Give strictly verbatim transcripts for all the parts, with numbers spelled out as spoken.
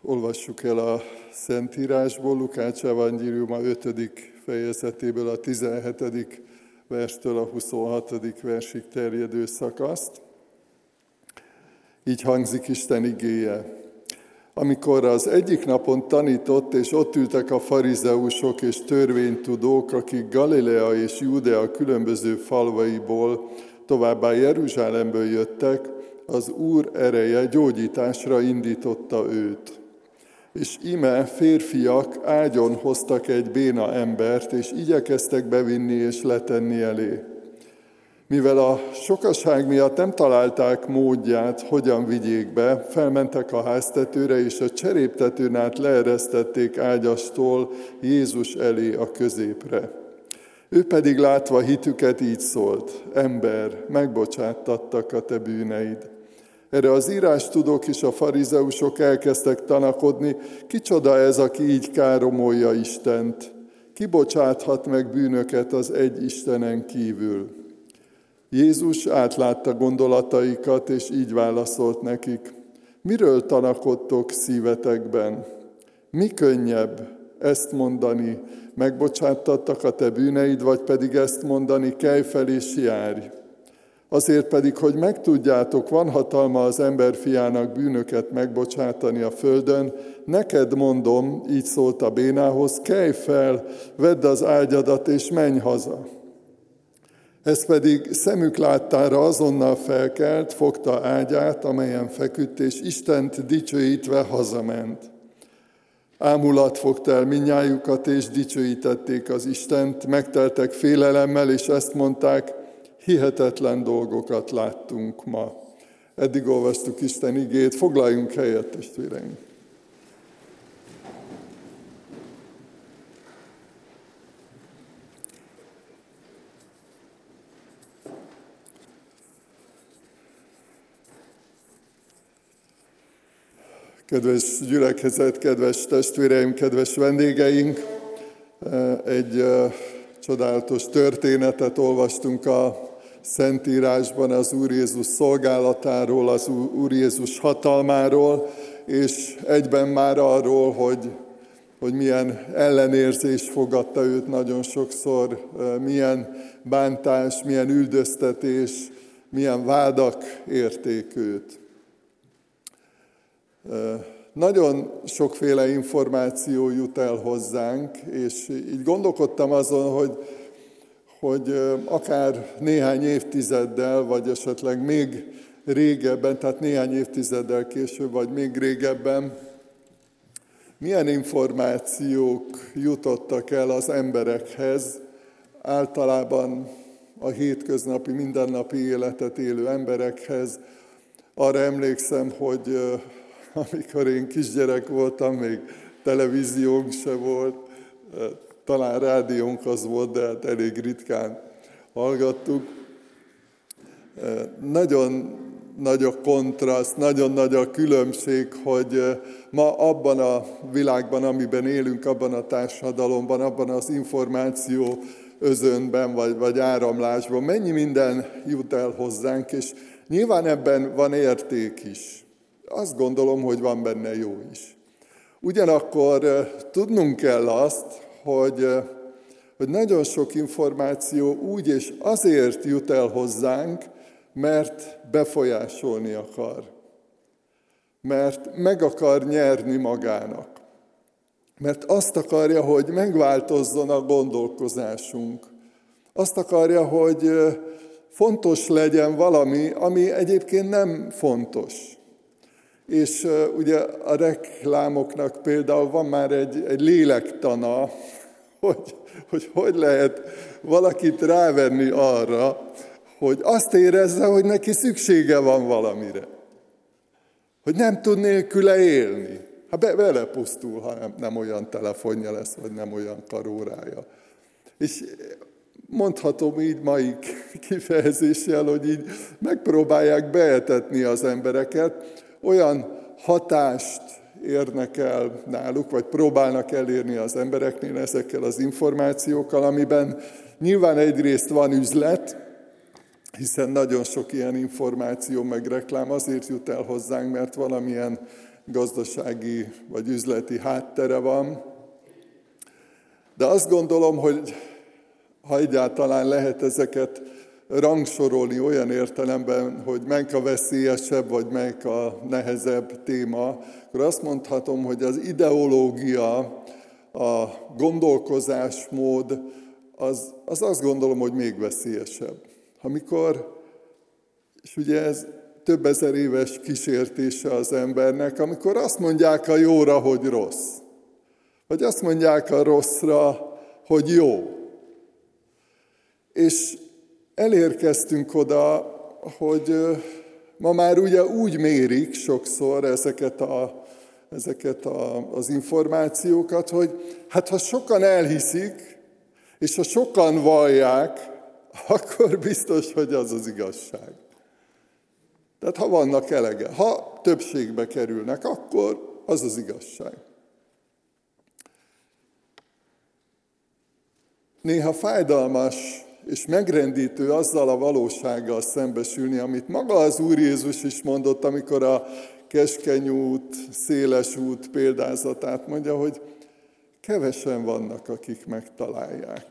Olvassuk el a Szentírásból, Lukács evangéliuma ötödik fejezetéből a tizenhetedik verstől a huszonhatodik versig terjedő szakaszt. Így hangzik Isten igéje. Amikor az egyik napon tanított, és ott ültek a farizeusok és törvénytudók, akik Galilea és Júdea különböző falvaiból, továbbá Jeruzsálemből jöttek, az Úr ereje gyógyításra indította őt. És íme férfiak ágyon hoztak egy béna embert, és igyekeztek bevinni és letenni elé. Mivel a sokaság miatt nem találták módját, hogyan vigyék be, felmentek a háztetőre, és a cseréptetőn át leeresztették ágyastól Jézus elé a középre. Ő pedig látva hitüket így szólt: ember, megbocsáttattak a te bűneid. Erre az írástudók és a farizeusok elkezdtek tanakodni, kicsoda ez, aki így káromolja Istent? Ki bocsáthat meg bűnöket az egy Istenen kívül? Jézus átlátta gondolataikat, és így válaszolt nekik: miről tanakodtok szívetekben? Mi könnyebb ezt mondani, megbocsáttattak a te bűneid, vagy pedig ezt mondani, kelj fel és járj? Azért pedig, hogy megtudjátok, van hatalma az emberfiának bűnöket megbocsátani a földön, neked mondom, így szólt a bénához, kelj fel, vedd az ágyadat és menj haza. Ez pedig szemük láttára azonnal felkelt, fogta ágyát, amelyen feküdt, és Istent dicsőítve hazament. Ámulat fogta el mindnyájukat, és dicsőítették az Istent, megteltek félelemmel, és ezt mondták: hihetetlen dolgokat láttunk ma. Eddig olvastuk Isten igét, foglaljunk helyet, testvéreim! Kedves gyülekezet, kedves testvéreim, kedves vendégeink! Egy csodálatos történetet olvastunk a Szentírásban az Úr Jézus szolgálatáról, az Úr Jézus hatalmáról, és egyben már arról, hogy, hogy milyen ellenérzés fogadta őt nagyon sokszor, milyen bántás, milyen üldöztetés, milyen vádak érték őt. Nagyon sokféle információ jut el hozzánk, és így gondolkodtam azon, hogy, hogy akár néhány évtizeddel, vagy esetleg még régebben, tehát néhány évtizeddel később, vagy még régebben, milyen információk jutottak el az emberekhez, általában a hétköznapi, mindennapi életet élő emberekhez. Arra emlékszem, hogy amikor én kisgyerek voltam, még televíziónk se volt, talán rádiónk az volt, de hát elég ritkán hallgattuk. Nagyon nagy a kontraszt, nagyon nagy a különbség, hogy ma abban a világban, amiben élünk, abban a társadalomban, abban az információ özönben vagy, vagy áramlásban mennyi minden jut el hozzánk, és nyilván ebben van érték is. Azt gondolom, hogy van benne jó is. Ugyanakkor tudnunk kell azt, hogy, hogy nagyon sok információ úgy és azért jut el hozzánk, mert befolyásolni akar. Mert meg akar nyerni magának. Mert azt akarja, hogy megváltozzon a gondolkozásunk. Azt akarja, hogy fontos legyen valami, ami egyébként nem fontos. És uh, ugye a reklámoknak például van már egy, egy lélektana, hogy, hogy hogy lehet valakit rávenni arra, hogy azt érezze, hogy neki szüksége van valamire. Hogy nem tud nélküle élni. Hát be, belepusztul, ha nem, nem olyan telefonja lesz, vagy nem olyan karórája. És mondhatom így mai kifejezéssel, hogy így megpróbálják beetetni az embereket, olyan hatást érnek el náluk, vagy próbálnak elérni az embereknél ezekkel az információkkal, amiben nyilván egyrészt van üzlet, hiszen nagyon sok ilyen információ meg reklám azért jut el hozzánk, mert valamilyen gazdasági vagy üzleti háttere van. De azt gondolom, hogy ha egyáltalán lehet ezeket rangsorolni olyan értelemben, hogy melyik a veszélyesebb, vagy melyik a nehezebb téma, akkor azt mondhatom, hogy az ideológia, a gondolkozásmód, az, az azt gondolom, hogy még veszélyesebb. Amikor, és ugye ez több ezer éves kísértése az embernek, amikor azt mondják a jóra, hogy rossz, vagy azt mondják a rosszra, hogy jó. És elérkeztünk oda, hogy ma már ugye úgy mérik sokszor ezeket, a, ezeket a, az információkat, hogy hát ha sokan elhiszik, és ha sokan vallják, akkor biztos, hogy az az igazság. Tehát ha vannak elege, ha többségbe kerülnek, akkor az az igazság. Néha fájdalmas és megrendítő azzal a valósággal szembesülni, amit maga az Úr Jézus is mondott, amikor a keskeny út, széles út példázatát mondja, hogy kevesen vannak, akik megtalálják.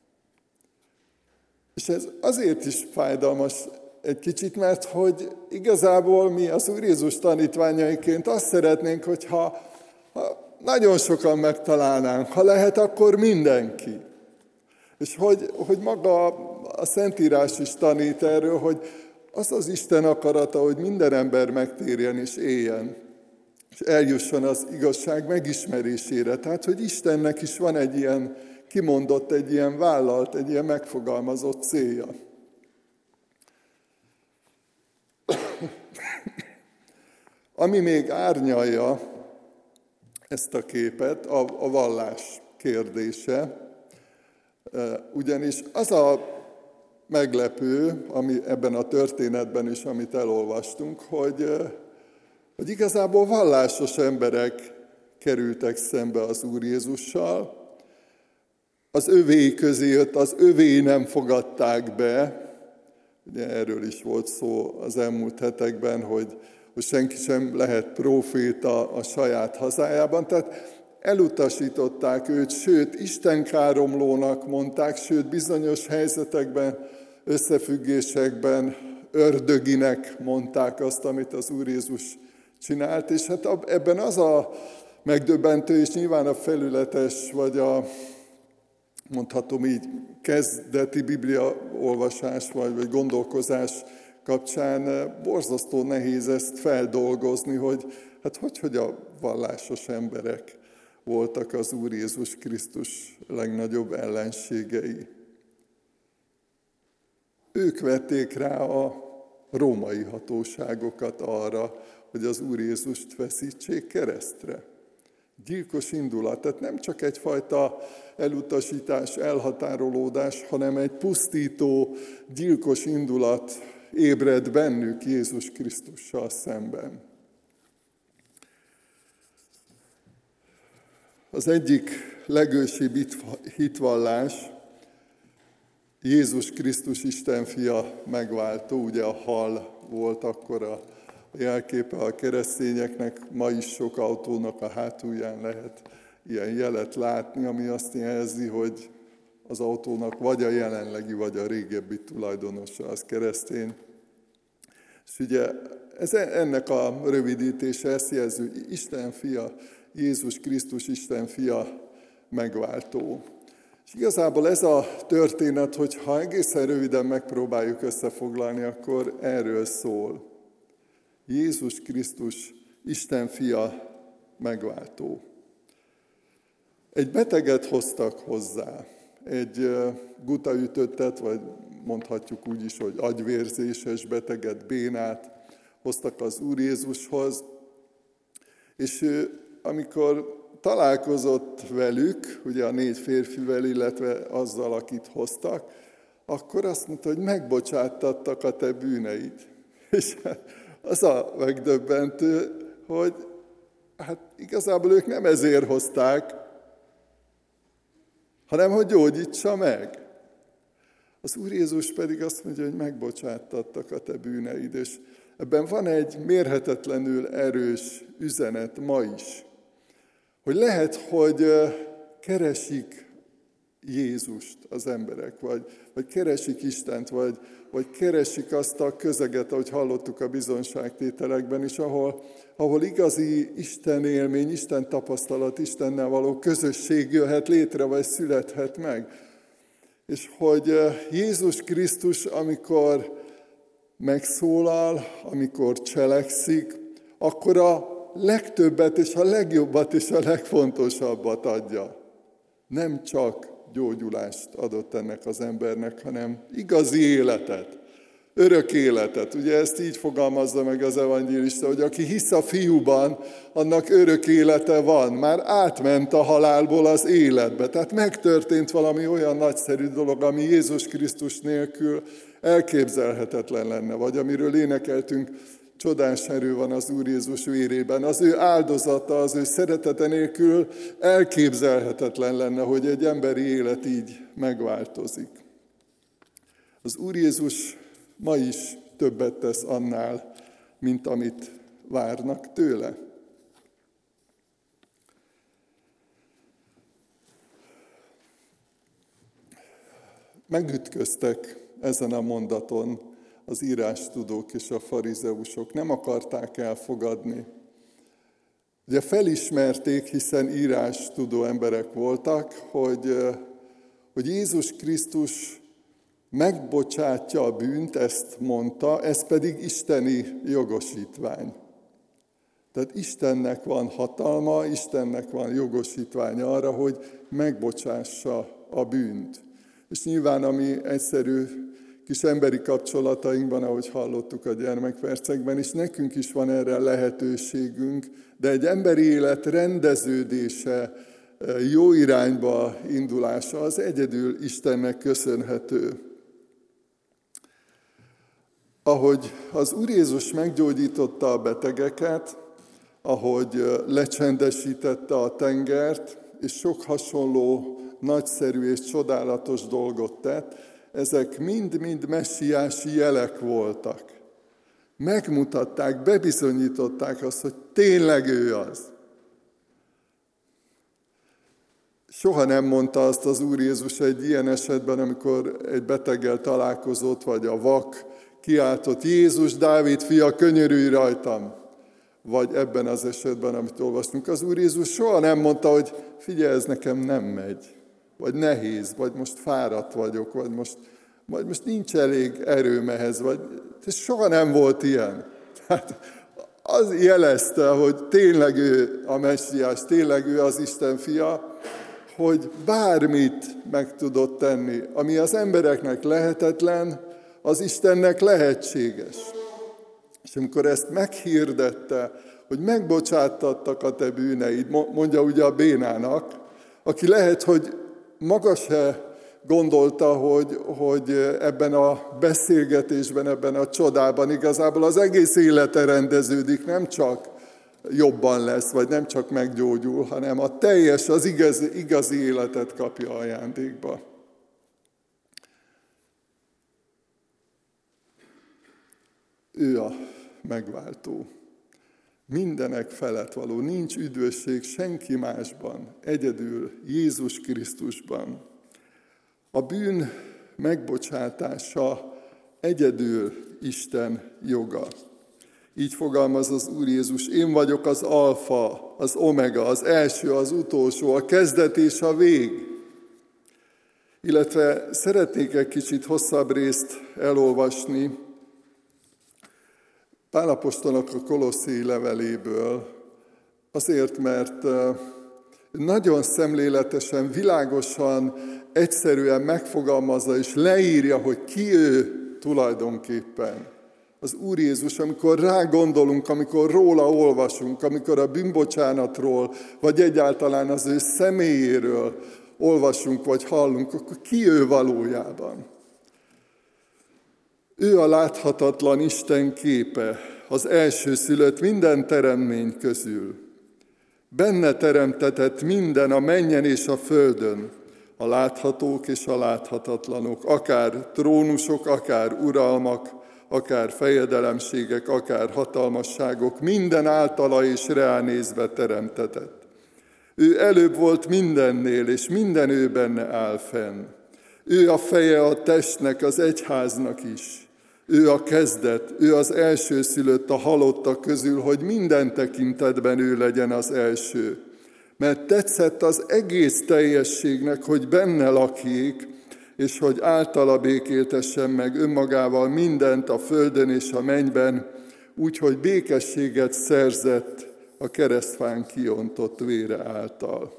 És ez azért is fájdalmas egy kicsit, mert hogy igazából mi az Úr Jézus tanítványaiként azt szeretnénk, hogyha ha nagyon sokan megtalálnánk, ha lehet, akkor mindenki. És hogy, hogy maga a Szentírás is tanít erről, hogy az az Isten akarata, hogy minden ember megtérjen és éljen, és eljusson az igazság megismerésére. Tehát, hogy Istennek is van egy ilyen kimondott, egy ilyen vállalt, egy ilyen megfogalmazott célja. Ami még árnyalja ezt a képet, a, a vallás kérdése, ugyanis az a meglepő, ami ebben a történetben is, amit elolvastunk, hogy, hogy igazából vallásos emberek kerültek szembe az Úr Jézussal, az övéi közé jött, az övéi nem fogadták be, ugye erről is volt szó az elmúlt hetekben, hogy, hogy senki sem lehet próféta a saját hazájában, tehát elutasították őt, sőt, istenkáromlónak mondták, sőt, bizonyos helyzetekben, összefüggésekben ördöginek mondták azt, amit az Úr Jézus csinált, és hát ebben az a megdöbbentő, és nyilván a felületes, vagy a, mondhatom így, kezdeti bibliaolvasás, vagy, vagy gondolkozás kapcsán borzasztó nehéz ezt feldolgozni, hogy hát hogy, hogy a vallásos emberek voltak az Úr Jézus Krisztus legnagyobb ellenségei. Ők vették rá a római hatóságokat arra, hogy az Úr Jézust feszítsék keresztre. Gyilkos indulat, tehát nem csak egyfajta elutasítás, elhatárolódás, hanem egy pusztító, gyilkos indulat ébred bennük Jézus Krisztussal szemben. Az egyik legősibb hitvallás, Jézus Krisztus Isten fia megváltó, ugye a hal volt akkor a jelképe a keresztényeknek, ma is sok autónak a hátulján lehet ilyen jelet látni, ami azt jelzi, hogy az autónak vagy a jelenlegi, vagy a régebbi tulajdonosa az keresztény. És ugye ez ennek a rövidítése ezt jelzi, hogy Isten fia, Jézus Krisztus Isten fia megváltó. És igazából ez a történet, hogyha egészen röviden megpróbáljuk összefoglalni, akkor erről szól. Jézus Krisztus Isten fia megváltó. Egy beteget hoztak hozzá, egy gutaütöttet, vagy mondhatjuk úgy is, hogy agyvérzéses beteget, bénát hoztak az Úr Jézushoz, és ő, amikor találkozott velük, ugye a négy férfivel, illetve azzal, akit hoztak, akkor azt mondta, hogy megbocsáttattak a te bűneid. És az a megdöbbentő, hogy hát igazából ők nem ezért hozták, hanem hogy gyógyítsa meg. Az Úr Jézus pedig azt mondja, hogy megbocsáttattak a te bűneid, és Ebben van egy mérhetetlenül erős üzenet ma is, hogy lehet, hogy keresik Jézust az emberek, vagy, vagy keresik Istent, vagy, vagy keresik azt a közeget, ahogy hallottuk a bizonyságtételekben is, ahol, ahol igazi Isten élmény, Isten tapasztalat, Istennel való közösség jöhet létre, vagy születhet meg. És hogy Jézus Krisztus, amikor megszólal, amikor cselekszik, akkor a legtöbbet és a legjobbat és a legfontosabbat adja. Nem csak gyógyulást adott ennek az embernek, hanem igazi életet, örök életet. Ugye ezt így fogalmazza meg az evangélista, hogy aki hisz a Fiúban, annak örök élete van. Már átment a halálból az életbe. Tehát megtörtént valami olyan nagyszerű dolog, ami Jézus Krisztus nélkül elképzelhetetlen lenne, vagy amiről énekeltünk, csodás erő van az Úr Jézus vérében. Az ő áldozata, az ő szeretete nélkül elképzelhetetlen lenne, hogy egy emberi élet így megváltozik. Az Úr Jézus ma is többet tesz annál, mint amit várnak tőle. Megütköztek ezen a mondaton az írástudók és a farizeusok, nem akarták elfogadni. Ugye felismerték, hiszen írástudó emberek voltak, hogy, hogy Jézus Krisztus megbocsátja a bűnt, ezt mondta, ez pedig isteni jogosítvány. Tehát Istennek van hatalma, Istennek van jogosítványa arra, hogy megbocsássa a bűnt. És nyilván, ami egyszerű kis emberi kapcsolatainkban, ahogy hallottuk a gyermekpercekben is, nekünk is van erre lehetőségünk, de egy emberi élet rendeződése, jó irányba indulása az egyedül Istennek köszönhető. Ahogy az Úr Jézus meggyógyította a betegeket, ahogy lecsendesítette a tengert, és sok hasonló nagyszerű és csodálatos dolgot tett, ezek mind-mind messiási jelek voltak. Megmutatták, bebizonyították azt, hogy tényleg ő az. Soha nem mondta azt az Úr Jézus egy ilyen esetben, amikor egy beteggel találkozott, vagy a vak kiáltott, Jézus, Dávid fia, könyörülj rajtam. Vagy ebben az esetben, amit olvastunk, az Úr Jézus soha nem mondta, hogy figyelj, ez nekem nem megy. Vagy nehéz, vagy most fáradt vagyok, vagy most, vagy most nincs elég erőm ehhez, vagy ez soha nem volt ilyen. Tehát az jelezte, hogy tényleg ő a messiás, tényleg ő az Isten fia, hogy bármit meg tudott tenni, ami az embereknek lehetetlen, az Istennek lehetséges. És amikor ezt meghirdette, hogy megbocsátattak a te bűneid, mondja ugye a bénának, aki lehet, hogy maga se gondolta, hogy, hogy ebben a beszélgetésben, ebben a csodában igazából az egész élete rendeződik, nem csak jobban lesz, vagy nem csak meggyógyul, hanem a teljes, az igazi, igazi életet kapja ajándékba. Ő a megváltó. Mindenek felett való, nincs üdvösség senki másban, egyedül Jézus Krisztusban. A bűn megbocsátása egyedül Isten joga. Így fogalmaz az Úr Jézus, én vagyok az alfa, az omega, az első, az utolsó, a kezdet és a vég. Illetve szeretnék egy kicsit hosszabb részt elolvasni Pál apostolnak a Kolosszéi leveléből, azért, mert nagyon szemléletesen, világosan, egyszerűen megfogalmazza és leírja, hogy ki ő tulajdonképpen. Az Úr Jézus, amikor rá gondolunk, amikor róla olvasunk, amikor a bűnbocsánatról, vagy egyáltalán az ő személyéről olvasunk, vagy hallunk, akkor ki ő valójában? Ő a láthatatlan Isten képe, az elsőszülött minden teremtmény közül. Benne teremtetett minden a mennyen és a földön, a láthatók és a láthatatlanok, akár trónusok, akár uralmak, akár fejedelemségek, akár hatalmasságok, minden általa és ránézve teremtetett. Ő előbb volt mindennél, és minden ő benne áll fenn. Ő a feje a testnek, az egyháznak is. Ő a kezdet, ő az elsőszülött a halottak közül, hogy minden tekintetben ő legyen az első. Mert tetszett az egész teljességnek, hogy benne lakjék, és hogy általa békéltessen meg önmagával mindent a földön és a mennyben, úgyhogy békességet szerzett a keresztfán kiontott vére által.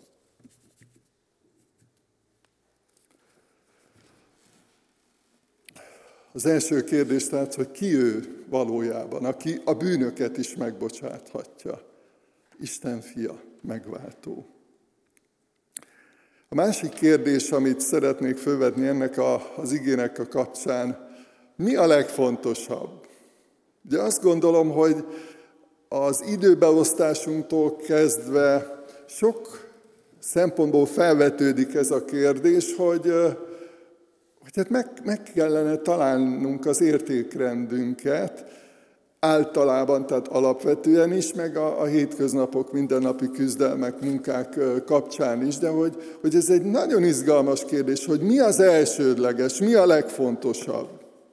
Az első kérdés tehát, hogy ki ő valójában, aki a bűnöket is megbocsáthatja. Isten fia, megváltó. A másik kérdés, amit szeretnék fölvetni ennek a, az igének a kapcsán, mi a legfontosabb? Ugye azt gondolom, hogy az időbeosztásunktól kezdve sok szempontból felvetődik ez a kérdés, hogy, hogy hát meg, meg kellene találnunk az értékrendünket, általában, tehát alapvetően is, meg a, a hétköznapok, mindennapi küzdelmek, munkák kapcsán is, de hogy, hogy ez egy nagyon izgalmas kérdés, hogy mi az elsődleges, mi a legfontosabb.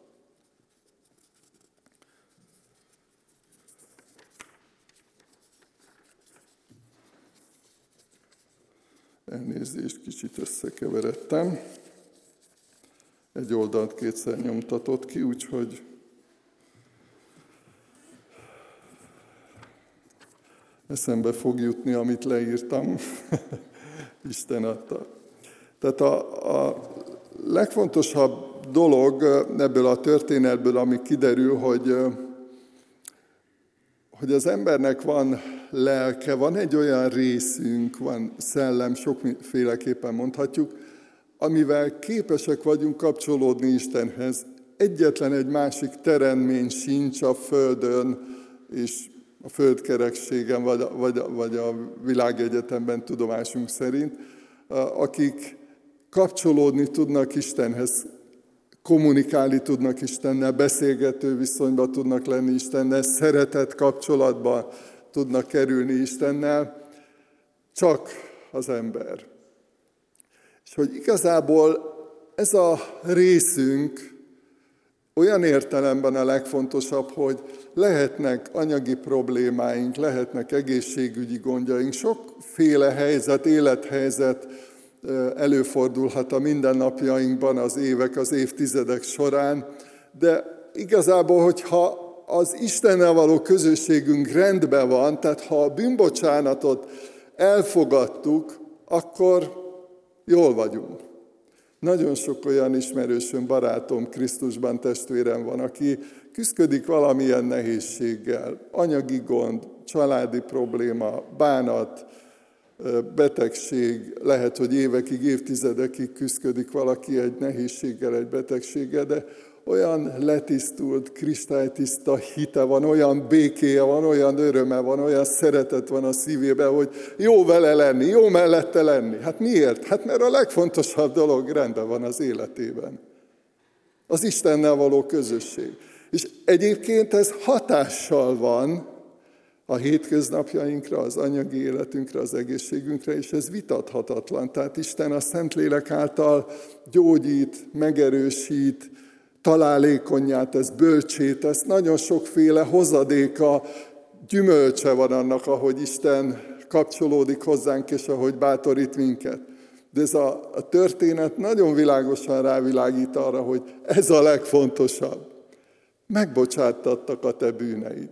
Elnézést, kicsit összekeveredtem. Egy oldalt kétszer nyomtatott ki, úgyhogy eszembe fog jutni, amit leírtam. Isten adta. Tehát a, a legfontosabb dolog ebből a történetből, ami kiderül, hogy, hogy az embernek van lelke, van egy olyan részünk, van szellem, sokféleképpen mondhatjuk, amivel képesek vagyunk kapcsolódni Istenhez. Egyetlen egy másik teremtmény sincs a Földön, és a földkerekségen, vagy, vagy, vagy a világegyetemben tudomásunk szerint, akik kapcsolódni tudnak Istenhez, kommunikálni tudnak Istennel, beszélgető viszonyba tudnak lenni Istennel, szeretett kapcsolatba tudnak kerülni Istennel, csak az ember. És hogy igazából ez a részünk olyan értelemben a legfontosabb, hogy lehetnek anyagi problémáink, lehetnek egészségügyi gondjaink, sokféle helyzet, élethelyzet előfordulhat a mindennapjainkban az évek, az évtizedek során, de igazából, hogyha az Istennel való közösségünk rendben van, tehát ha a bűnbocsánatot elfogadtuk, akkor jól vagyunk. Nagyon sok olyan ismerősöm, barátom, Krisztusban testvérem van, aki küszködik valamilyen nehézséggel, anyagi gond, családi probléma, bánat, betegség, lehet, hogy évekig, évtizedekig küszködik valaki egy nehézséggel, egy betegséggel, de olyan letisztult, kristálytiszta hite van, olyan békéje van, olyan öröme van, olyan szeretet van a szívében, hogy jó vele lenni, jó mellette lenni. Hát miért? Hát mert a legfontosabb dolog rendben van az életében. Az Istennel való közösség. És egyébként ez hatással van a hétköznapjainkra, az anyagi életünkre, az egészségünkre, és ez vitathatatlan. Tehát Isten a Szentlélek által gyógyít, megerősít, találékonnyá tesz, bölcsé tesz, nagyon sokféle hozadéka, gyümölcse van annak, ahogy Isten kapcsolódik hozzánk, és ahogy bátorít minket. De ez a, a történet nagyon világosan rávilágít arra, hogy ez a legfontosabb. Megbocsátattak a te bűneid.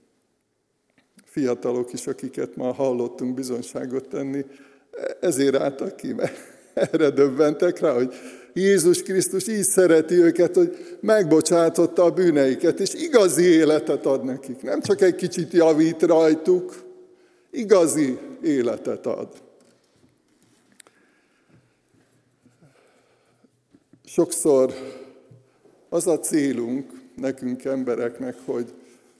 Fiatalok is, akiket ma hallottunk bizonyságot tenni, ezért álltak ki, mert erre döbbentek rá, hogy Jézus Krisztus így szereti őket, hogy megbocsátotta a bűneiket, és igazi életet ad nekik. Nem csak egy kicsit javít rajtuk, igazi életet ad. Sokszor az a célunk nekünk embereknek, hogy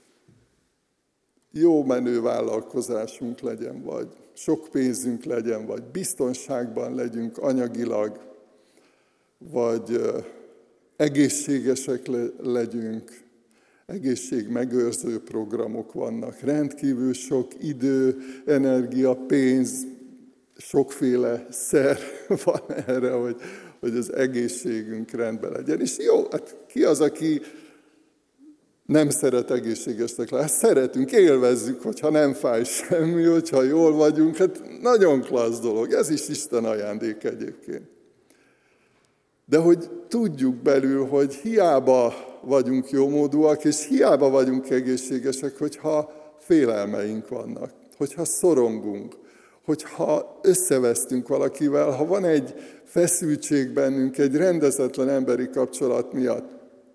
jó menő vállalkozásunk legyen, vagy sok pénzünk legyen, vagy biztonságban legyünk anyagilag, vagy egészségesek le, legyünk, egészségmegőrző programok vannak, rendkívül sok idő, energia, pénz, sokféle szer van erre, hogy, hogy az egészségünk rendben legyen. És jó, hát ki az, aki nem szeret egészségesnek lenni? Hát szeretünk, élvezzük, hogyha nem fáj semmi, hogyha jól vagyunk. Hát nagyon klassz dolog, ez is Isten ajándék egyébként. De hogy tudjuk belül, hogy hiába vagyunk jómódúak, és hiába vagyunk egészségesek, hogyha félelmeink vannak, hogyha szorongunk, hogyha összevesztünk valakivel, ha van egy feszültség bennünk, egy rendezetlen emberi kapcsolat miatt.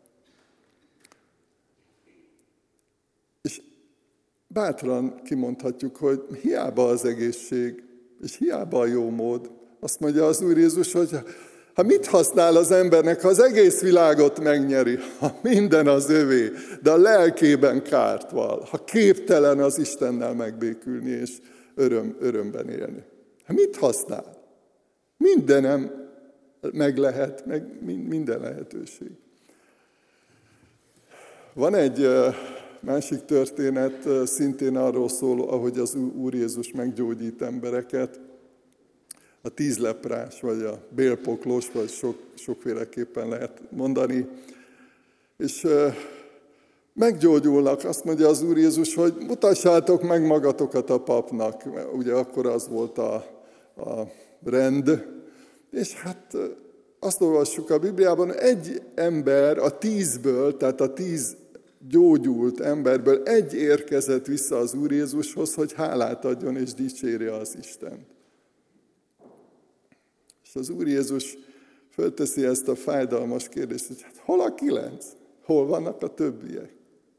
És bátran kimondhatjuk, hogy hiába az egészség, és hiába a jó mód. Azt mondja az Úr Jézus, hogy ha mit használ az embernek, ha az egész világot megnyeri, ha minden az övé, de a lelkében kárt val, ha képtelen az Istennel megbékülni és öröm, örömben élni. Hát mit használ? Mindenem meg lehet, meg minden lehetőség. Van egy másik történet, szintén arról szól, ahogy az Úr Jézus meggyógyít embereket. A tíz leprás, vagy a bélpoklos, vagy sok, sokféleképpen lehet mondani. És meggyógyulnak, azt mondja az Úr Jézus, hogy mutassátok meg magatokat a papnak. Ugye akkor az volt a, a rend. És hát azt olvassuk a Bibliában, egy ember a tízből, tehát a tíz gyógyult emberből egy érkezett vissza az Úr Jézushoz, hogy hálát adjon és dicsérje az Istent. És az Úr Jézus fölteszi ezt a fájdalmas kérdést, hogy hát hol a kilenc? Hol vannak a többiek?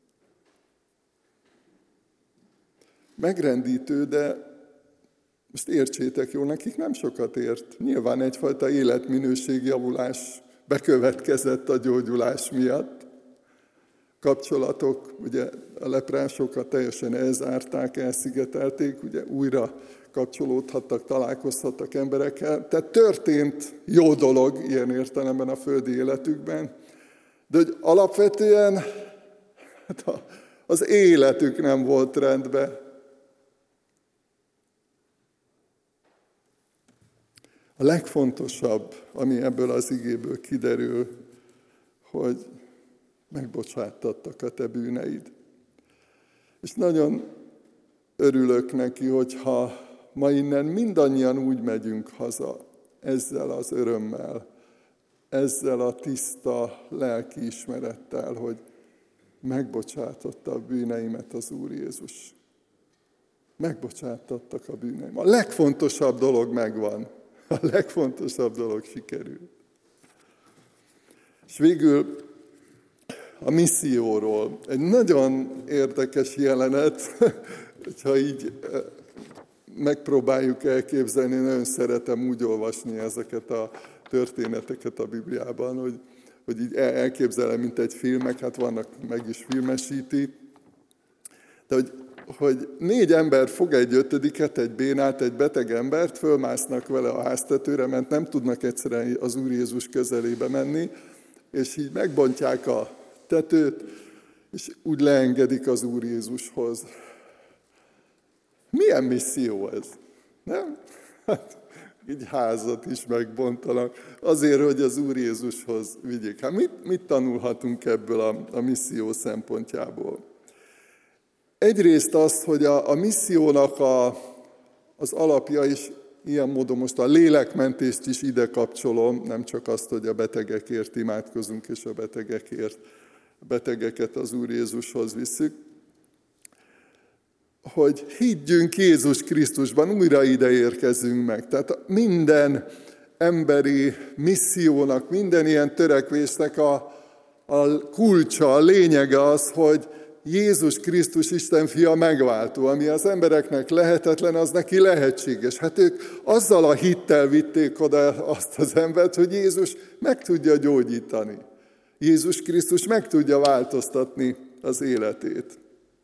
Megrendítő, de most értsétek jól, nekik nem sokat ért. Nyilván egyfajta életminőségjavulás bekövetkezett a gyógyulás miatt. Kapcsolatok, ugye a leprásokat teljesen elzárták, elszigetelték, ugye újra kapcsolódhattak, találkozhattak emberekkel. Tehát történt jó dolog ilyen értelemben a földi életükben, de hogy alapvetően hát az életük nem volt rendben. A legfontosabb, ami ebből az igéből kiderül, hogy megbocsáttattak a te bűneid. És nagyon örülök neki, hogyha ma innen mindannyian úgy megyünk haza, ezzel az örömmel, ezzel a tiszta lelkiismerettel, hogy megbocsátotta a bűneimet az Úr Jézus. Megbocsáttattak a bűneim. A legfontosabb dolog megvan. A legfontosabb dolog sikerült. És végül a misszióról. Egy nagyon érdekes jelenet, hogyha így megpróbáljuk elképzelni, nagyon szeretem úgy olvasni ezeket a történeteket a Bibliában, hogy, hogy így elképzelem, mint egy filmek, hát vannak, meg is filmesíti, de hogy, hogy négy ember fog egy ötödiket, egy bénát, egy beteg embert, fölmásznak vele a háztetőre, mert nem tudnak egyszerűen az Úr Jézus közelébe menni, és így megbontják a tetőt, és úgy leengedik az Úr Jézushoz. Milyen misszió ez? Nem? Hát, így házat is megbontanak, azért, hogy az Úr Jézushoz vigyék. Hát mit, mit tanulhatunk ebből a, a misszió szempontjából? Egyrészt azt, hogy a, a missziónak a, az alapja is, ilyen módon most a lélekmentést is ide kapcsolom, nem csak azt, hogy a betegekért imádkozunk, és a betegekért a betegeket az Úr Jézushoz visszük, hogy higgyünk Jézus Krisztusban, újra ide érkezünk meg. Tehát minden emberi missziónak, minden ilyen törekvésnek a, a kulcsa, a lényege az, hogy Jézus Krisztus Isten fia megváltó, ami az embereknek lehetetlen, az neki lehetséges. Hát ők azzal a hittel vitték oda azt az embert, hogy Jézus meg tudja gyógyítani. Jézus Krisztus meg tudja változtatni az életét.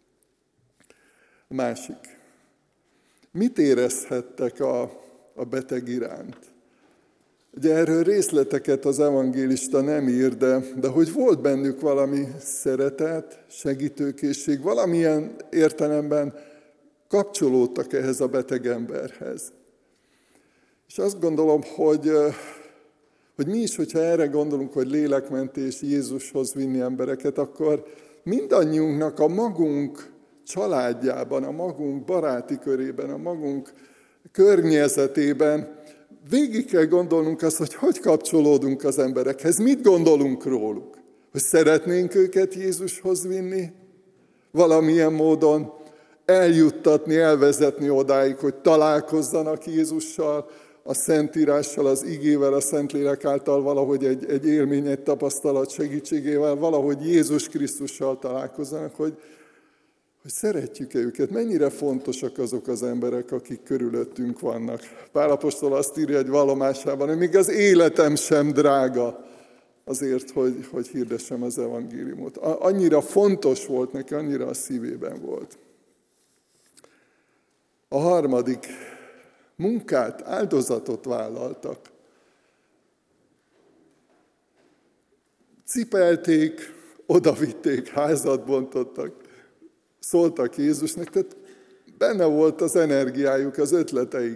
Másik. Mit érezhettek a, a beteg iránt? Ugye erről részleteket az evangélista nem ír, de, de hogy volt bennük valami szeretet, segítőkészség, valamilyen értelemben kapcsolódtak ehhez a beteg emberhez. És azt gondolom, hogy, hogy mi is, hogyha erre gondolunk, hogy lélekmentés, Jézushoz vinni embereket, akkor mindannyiunknak a magunk családjában, a magunk baráti körében, a magunk környezetében végig kell gondolnunk azt, hogy hogy kapcsolódunk az emberekhez, mit gondolunk róluk. Hogy szeretnénk őket Jézushoz vinni, valamilyen módon eljuttatni, elvezetni odáig, hogy találkozzanak Jézussal, a Szentírással, az igével, a Szentlélek által valahogy egy, egy élmény, egy tapasztalat segítségével, valahogy Jézus Krisztussal találkozzanak, hogy, hogy szeretjük-e őket, mennyire fontosak azok az emberek, akik körülöttünk vannak. Pál apostol azt írja egy vallomásában, hogy még az életem sem drága azért, hogy, hogy hirdessem az evangéliumot. Annyira fontos volt neki, annyira a szívében volt. A harmadik, munkát, áldozatot vállaltak. Cipelték, odavitték, házat bontottak, szóltak Jézusnak, tehát benne volt az energiájuk, az ötleteik.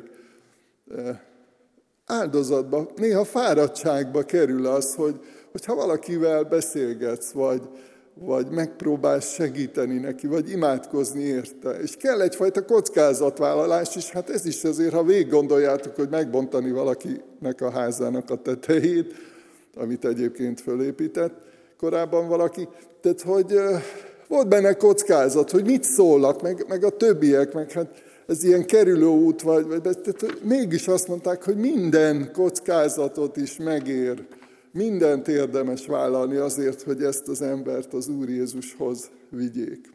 Áldozatba, néha fáradtságba kerül az, hogy, hogy ha valakivel beszélgetsz, vagy, vagy megpróbálsz segíteni neki, vagy imádkozni érte. És kell egyfajta kockázatvállalás is, hát ez is azért, ha végig gondoljátok, hogy megbontani valakinek a házának a tetejét, amit egyébként fölépített korábban valaki. Tehát, hogy volt benne kockázat, hogy mit szólnak, meg, meg a többiek, meg hát ez ilyen kerülő út, vagy, vagy tehát mégis azt mondták, hogy minden kockázatot is megér, mindent érdemes vállalni azért, hogy ezt az embert az Úr Jézushoz vigyék.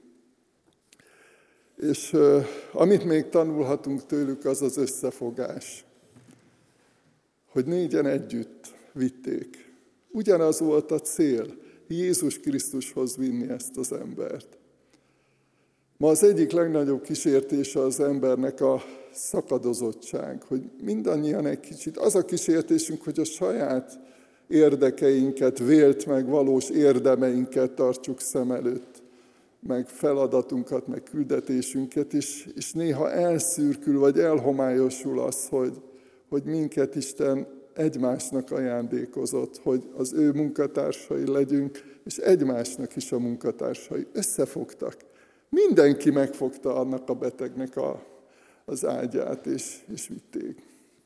És uh, amit még tanulhatunk tőlük, az az összefogás. Hogy négyen együtt vitték. Ugyanaz volt a cél, Jézus Krisztushoz vinni ezt az embert. Ma az egyik legnagyobb kísértése az embernek a szakadozottság, hogy mindannyian egy kicsit, az a kísértésünk, hogy a saját érdekeinket, vélt meg valós érdemeinket tartsuk szem előtt, meg feladatunkat, meg küldetésünket, és, és néha elszürkül, vagy elhomályosul az, hogy, hogy minket Isten egymásnak ajándékozott, hogy az ő munkatársai legyünk, és egymásnak is a munkatársai összefogtak. Mindenki megfogta annak a betegnek a, az ágyát, és, és vitték.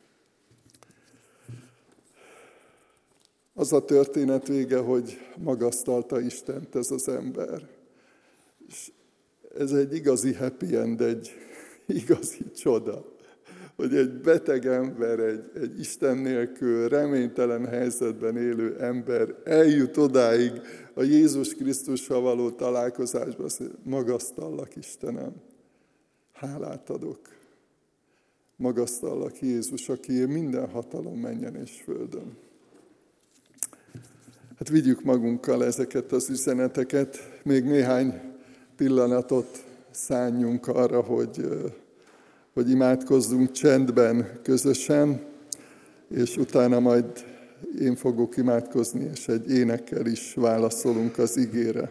Az a történet vége, hogy magasztalta Istent ez az ember. És ez egy igazi happy end, egy igazi csoda, hogy egy beteg ember, egy, egy Isten nélkül reménytelen helyzetben élő ember eljut odáig a Jézus Krisztussal való találkozásba, azt mondja, magasztallak Istenem, hálát adok. Magasztallak Jézus, akié minden hatalom menjen és földön. Hát vigyük magunkkal ezeket az üzeneteket, még néhány pillanatot szánjunk arra, hogy, hogy imádkozzunk csendben közösen, és utána majd én fogok imádkozni, és egy énekkel is válaszolunk az igére.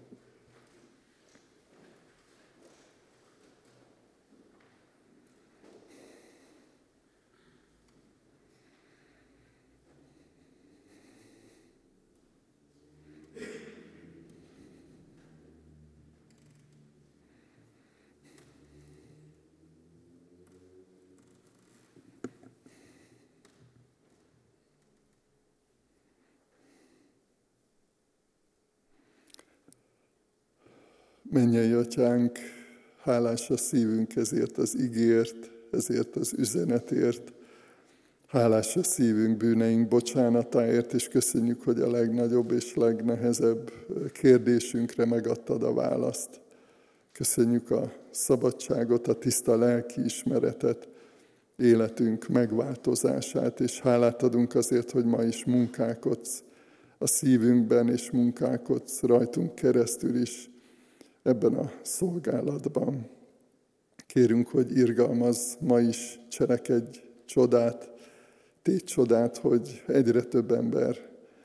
Mennyei Atyánk, hálás a szívünk ezért az igért, ezért az üzenetért. Hálás a szívünk bűneink bocsánatáért, és köszönjük, hogy a legnagyobb és legnehezebb kérdésünkre megadtad a választ. Köszönjük a szabadságot, a tiszta lelkiismeretet, életünk megváltozását, és hálát adunk azért, hogy ma is munkálkodsz a szívünkben, és munkálkodsz rajtunk keresztül is, ebben a szolgálatban. Kérünk, hogy irgalmazz ma is, cselekedj csodát, Tégy csodát, hogy egyre több ember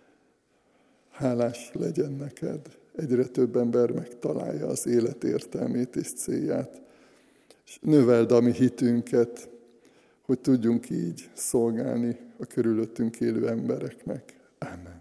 hálás legyen neked. Egyre több ember megtalálja az élet értelmét és célját. És növeld a mi hitünket, hogy tudjunk így szolgálni a körülöttünk élő embereknek. Amen.